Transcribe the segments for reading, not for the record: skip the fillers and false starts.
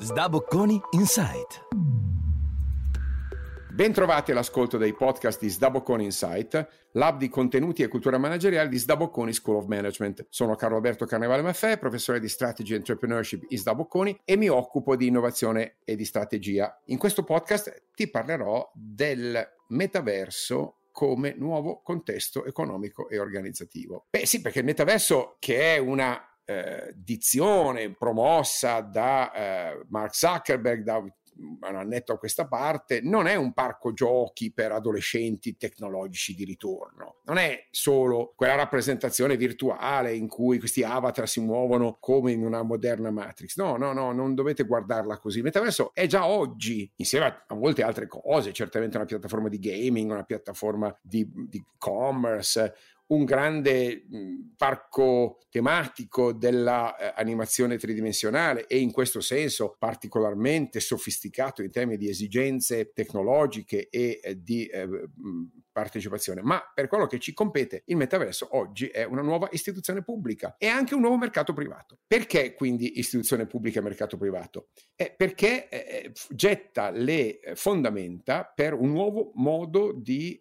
Sdabocconi Insight. Bentrovati all'ascolto dei podcast di Sdabocconi Insight, l'hub di contenuti e cultura manageriale di Sdabocconi School of Management. Sono Carlo Alberto Carnevale Maffè, professore di Strategy and Entrepreneurship in Sdabocconi e mi occupo di innovazione e di strategia. In questo podcast ti parlerò del metaverso come nuovo contesto economico e organizzativo. Beh sì, perché il metaverso, che è una dizione promossa da Mark Zuckerberg da un annetto a questa parte, non è un parco giochi per adolescenti tecnologici di ritorno, non è solo quella rappresentazione virtuale in cui questi avatar si muovono come in una moderna Matrix. No, non dovete guardarla così. Il metaverso è già oggi, insieme a molte altre cose, certamente una piattaforma di gaming, una piattaforma di commerce, un grande parco tematico della animazione tridimensionale e in questo senso particolarmente sofisticato in termini di esigenze tecnologiche e di partecipazione. Ma per quello che ci compete, il metaverso oggi è una nuova istituzione pubblica e anche un nuovo mercato privato. Perché quindi istituzione pubblica e mercato privato? Perché getta le fondamenta per un nuovo modo di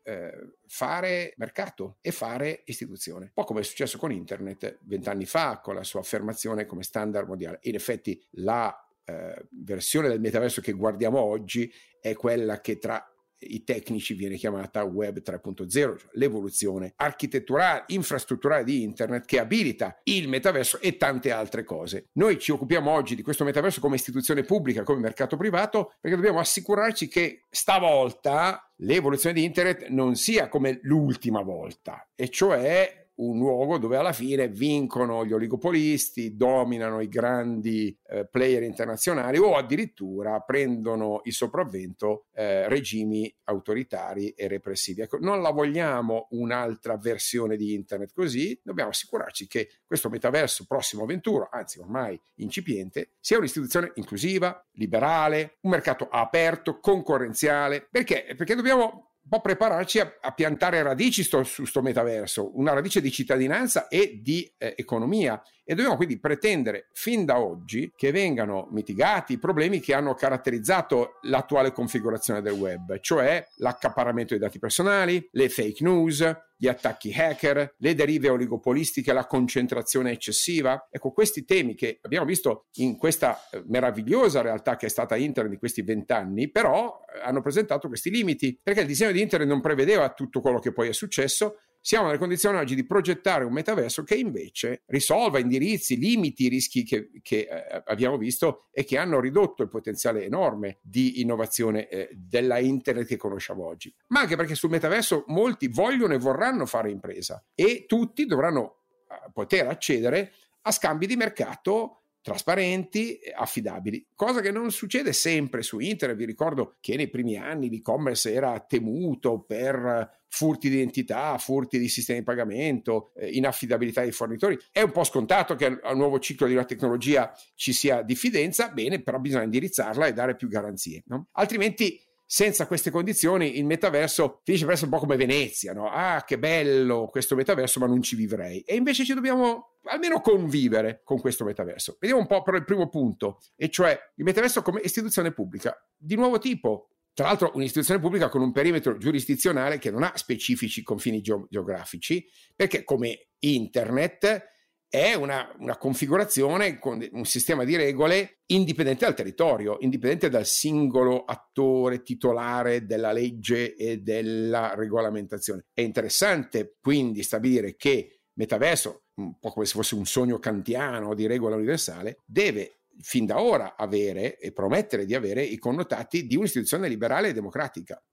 fare mercato e fare istituzione. Un po' come è successo con internet 20 anni fa, con la sua affermazione come standard mondiale. In effetti la versione del metaverso che guardiamo oggi è quella che tra i tecnici viene chiamata Web 3.0, cioè l'evoluzione architetturale, infrastrutturale di internet che abilita il metaverso e tante altre cose. Noi ci occupiamo oggi di questo metaverso come istituzione pubblica, come mercato privato, perché dobbiamo assicurarci che stavolta l'evoluzione di internet non sia come l'ultima volta, e cioè un luogo dove alla fine vincono gli oligopolisti, dominano i grandi player internazionali o addirittura prendono il sopravvento regimi autoritari e repressivi. Ecco, non la vogliamo un'altra versione di internet così, dobbiamo assicurarci che questo metaverso prossimo avventuro, anzi ormai incipiente, sia un'istituzione inclusiva, liberale, un mercato aperto, concorrenziale. Perché? Perché dobbiamo un po' prepararci a piantare radici su sto metaverso, una radice di cittadinanza e di economia, e dobbiamo quindi pretendere fin da oggi che vengano mitigati i problemi che hanno caratterizzato l'attuale configurazione del web, cioè l'accaparramento dei dati personali, le fake news, gli attacchi hacker, le derive oligopolistiche, la concentrazione eccessiva. Ecco, questi temi che abbiamo visto in questa meravigliosa realtà che è stata internet di questi 20 anni, però hanno presentato questi limiti, perché il disegno di internet non prevedeva tutto quello che poi è successo. Siamo nelle condizioni oggi di progettare un metaverso che invece risolva, indirizzi, limiti i rischi che abbiamo visto e che hanno ridotto il potenziale enorme di innovazione della internet che conosciamo oggi. Ma anche perché sul metaverso molti vogliono e vorranno fare impresa e tutti dovranno poter accedere a scambi di mercato trasparenti e affidabili, cosa che non succede sempre su internet. Vi ricordo che nei primi anni l'e-commerce era temuto per furti di identità, furti di sistemi di pagamento, inaffidabilità dei fornitori. È un po' scontato che al nuovo ciclo di una tecnologia ci sia diffidenza, bene, però bisogna indirizzarla e dare più garanzie, no? Altrimenti, senza queste condizioni, il metaverso finisce per essere un po' come Venezia, no? Ah, che bello questo metaverso, ma non ci vivrei. E invece ci dobbiamo almeno convivere con questo metaverso. Vediamo un po' però il primo punto, e cioè il metaverso come istituzione pubblica di nuovo tipo. Tra l'altro un'istituzione pubblica con un perimetro giurisdizionale che non ha specifici confini geografici, perché come internet è una configurazione con un sistema di regole indipendente dal territorio, indipendente dal singolo attore titolare della legge e della regolamentazione. È interessante quindi stabilire che metaverso, un po' come se fosse un sogno kantiano di regola universale, deve fin da ora avere e promettere di avere i connotati di un'istituzione liberale e democratica,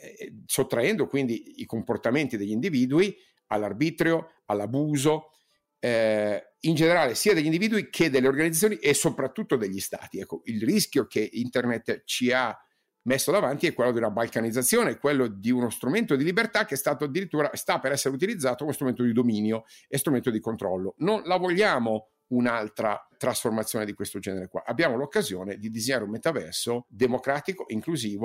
sottraendo quindi i comportamenti degli individui all'arbitrio, all'abuso, in generale sia degli individui che delle organizzazioni e soprattutto degli stati. Ecco, il rischio che internet ci ha messo davanti è quello di una balcanizzazione, quello di uno strumento di libertà che è stato addirittura, sta per essere utilizzato come strumento di dominio e strumento di controllo. Non la vogliamo un'altra trasformazione di questo genere qua. Abbiamo l'occasione di disegnare un metaverso democratico, inclusivo,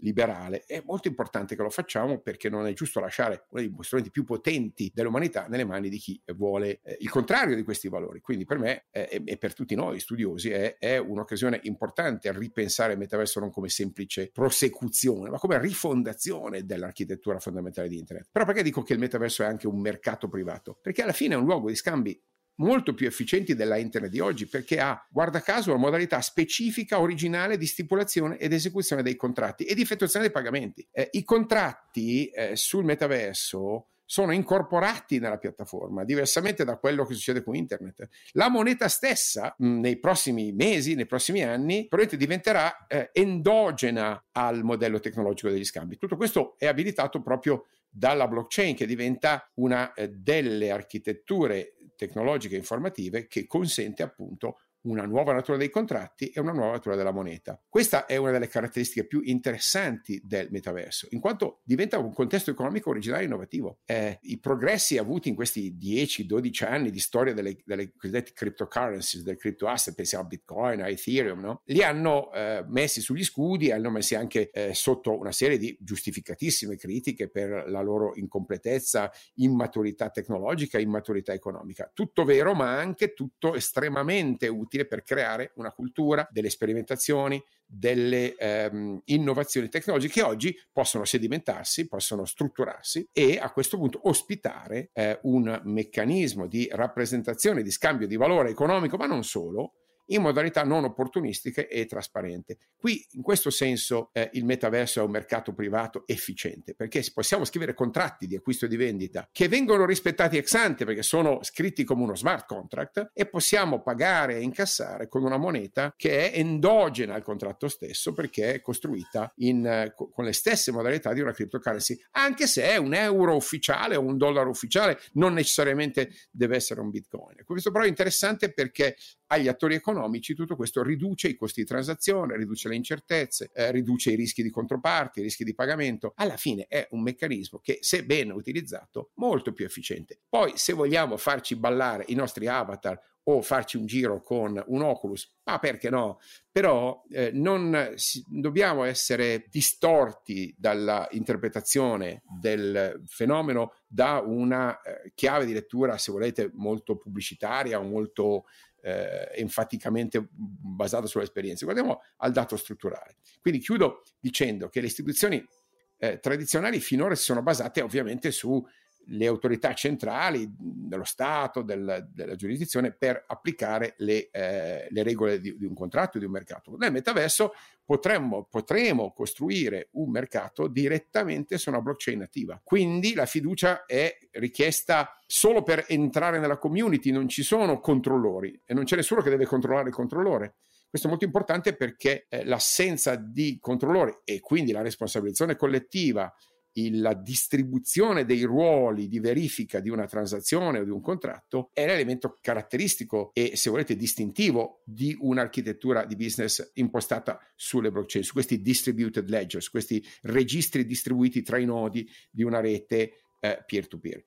liberale. È molto importante che lo facciamo, perché non è giusto lasciare uno dei strumenti più potenti dell'umanità nelle mani di chi vuole il contrario di questi valori. Quindi per me e per tutti noi studiosi è un'occasione importante a ripensare il metaverso non come semplice prosecuzione, ma come rifondazione dell'architettura fondamentale di Internet. Però perché dico che il metaverso è anche un mercato privato? Perché alla fine è un luogo di scambi molto più efficienti della internet di oggi, perché ha, guarda caso, una modalità specifica, originale di stipulazione ed esecuzione dei contratti e di effettuazione dei pagamenti. I contratti sul metaverso sono incorporati nella piattaforma, diversamente da quello che succede con internet. La moneta stessa nei prossimi mesi, nei prossimi anni, probabilmente diventerà endogena al modello tecnologico degli scambi. Tutto questo è abilitato proprio dalla blockchain, che diventa una delle architetture tecnologiche informative che consente appunto una nuova natura dei contratti e una nuova natura della moneta. Questa è una delle caratteristiche più interessanti del metaverso, in quanto diventa un contesto economico originale e innovativo. I progressi avuti in questi 10-12 anni di storia delle cosiddette cryptocurrencies, del crypto asset, pensiamo a Bitcoin, a Ethereum, no? Li hanno messi sugli scudi, hanno messi anche sotto una serie di giustificatissime critiche per la loro incompletezza, immaturità tecnologica, immaturità economica. Tutto vero, ma anche tutto estremamente utile per creare una cultura delle sperimentazioni, delle innovazioni tecnologiche che oggi possono sedimentarsi, possono strutturarsi e a questo punto ospitare un meccanismo di rappresentazione, di scambio di valore economico, ma non solo, in modalità non opportunistiche e trasparente. Qui, in questo senso, il metaverso è un mercato privato efficiente, perché possiamo scrivere contratti di acquisto e di vendita che vengono rispettati ex ante, perché sono scritti come uno smart contract, e possiamo pagare e incassare con una moneta che è endogena al contratto stesso, perché è costruita con le stesse modalità di una cryptocurrency, anche se è un euro ufficiale o un dollaro ufficiale, non necessariamente deve essere un bitcoin. Questo però è interessante perché agli attori economici tutto questo riduce i costi di transazione, riduce le incertezze, riduce i rischi di controparti, i rischi di pagamento. Alla fine è un meccanismo che, se ben utilizzato, molto più efficiente. Poi, se vogliamo farci ballare i nostri avatar o farci un giro con un Oculus, ma perché no? Però non dobbiamo essere distorti dalla interpretazione del fenomeno da una chiave di lettura, se volete, molto pubblicitaria o molto enfaticamente basata sull'esperienza. Guardiamo al dato strutturale. Quindi chiudo dicendo che le istituzioni tradizionali finora si sono basate ovviamente sulle autorità centrali dello Stato, della giurisdizione, per applicare le regole di un contratto, di un mercato. Nel metaverso potremo costruire un mercato direttamente su una blockchain nativa. Quindi la fiducia è richiesta solo per entrare nella community, non ci sono controllori e non c'è nessuno che deve controllare il controllore. Questo è molto importante perché l'assenza di controllori e quindi la responsabilizzazione collettiva, la distribuzione dei ruoli di verifica di una transazione o di un contratto è l'elemento caratteristico e, se volete, distintivo di un'architettura di business impostata sulle blockchain, su questi distributed ledger, su questi registri distribuiti tra i nodi di una rete peer-to-peer.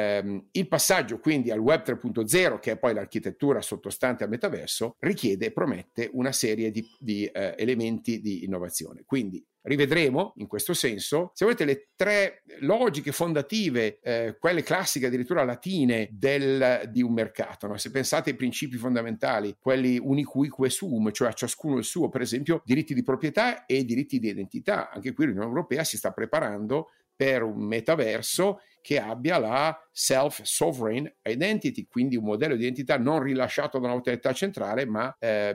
Il passaggio quindi al Web 3.0, che è poi l'architettura sottostante al metaverso, richiede e promette una serie di elementi di innovazione. Quindi rivedremo in questo senso, se volete, le tre logiche fondative, quelle classiche addirittura latine di un mercato, no? Se pensate ai principi fondamentali, quelli unicuique sum, cioè a ciascuno il suo, per esempio diritti di proprietà e diritti di identità. Anche qui l'Unione Europea si sta preparando per un metaverso che abbia la self-sovereign identity, quindi un modello di identità non rilasciato da un'autorità centrale, ma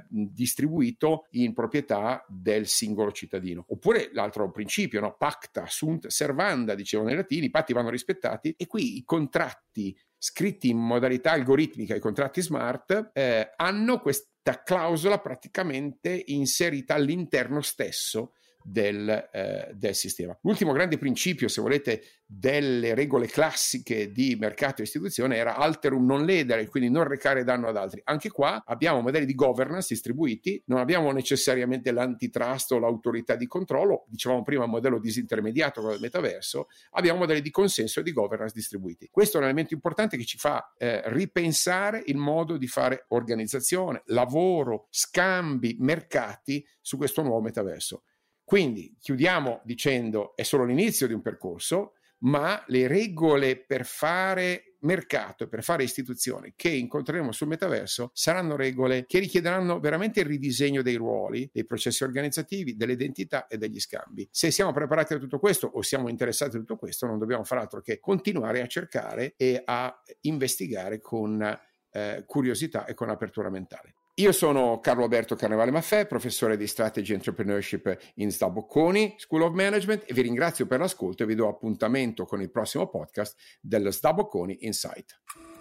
distribuito in proprietà del singolo cittadino. Oppure l'altro principio, no? Pacta sunt servanda, dicevano i latini, i patti vanno rispettati, e qui i contratti scritti in modalità algoritmica, i contratti smart, hanno questa clausola praticamente inserita all'interno stesso del sistema. L'ultimo grande principio, se volete, delle regole classiche di mercato e istituzione era alterum non ledere, quindi non recare danno ad altri. Anche qua abbiamo modelli di governance distribuiti, non abbiamo necessariamente l'antitrust o l'autorità di controllo, dicevamo prima un modello disintermediato con il metaverso, abbiamo modelli di consenso e di governance distribuiti. Questo è un elemento importante che ci fa ripensare il modo di fare organizzazione, lavoro, scambi, mercati su questo nuovo metaverso. Quindi chiudiamo dicendo è solo l'inizio di un percorso, ma le regole per fare mercato e per fare istituzioni che incontreremo sul metaverso saranno regole che richiederanno veramente il ridisegno dei ruoli, dei processi organizzativi, delle identità e degli scambi. Se siamo preparati a tutto questo o siamo interessati a tutto questo, non dobbiamo fare altro che continuare a cercare e a investigare con curiosità e con apertura mentale. Io sono Carlo Alberto Carnevale Maffè, professore di Strategy Entrepreneurship in SDA Bocconi School of Management, e vi ringrazio per l'ascolto e vi do appuntamento con il prossimo podcast dello SDA Bocconi Insight.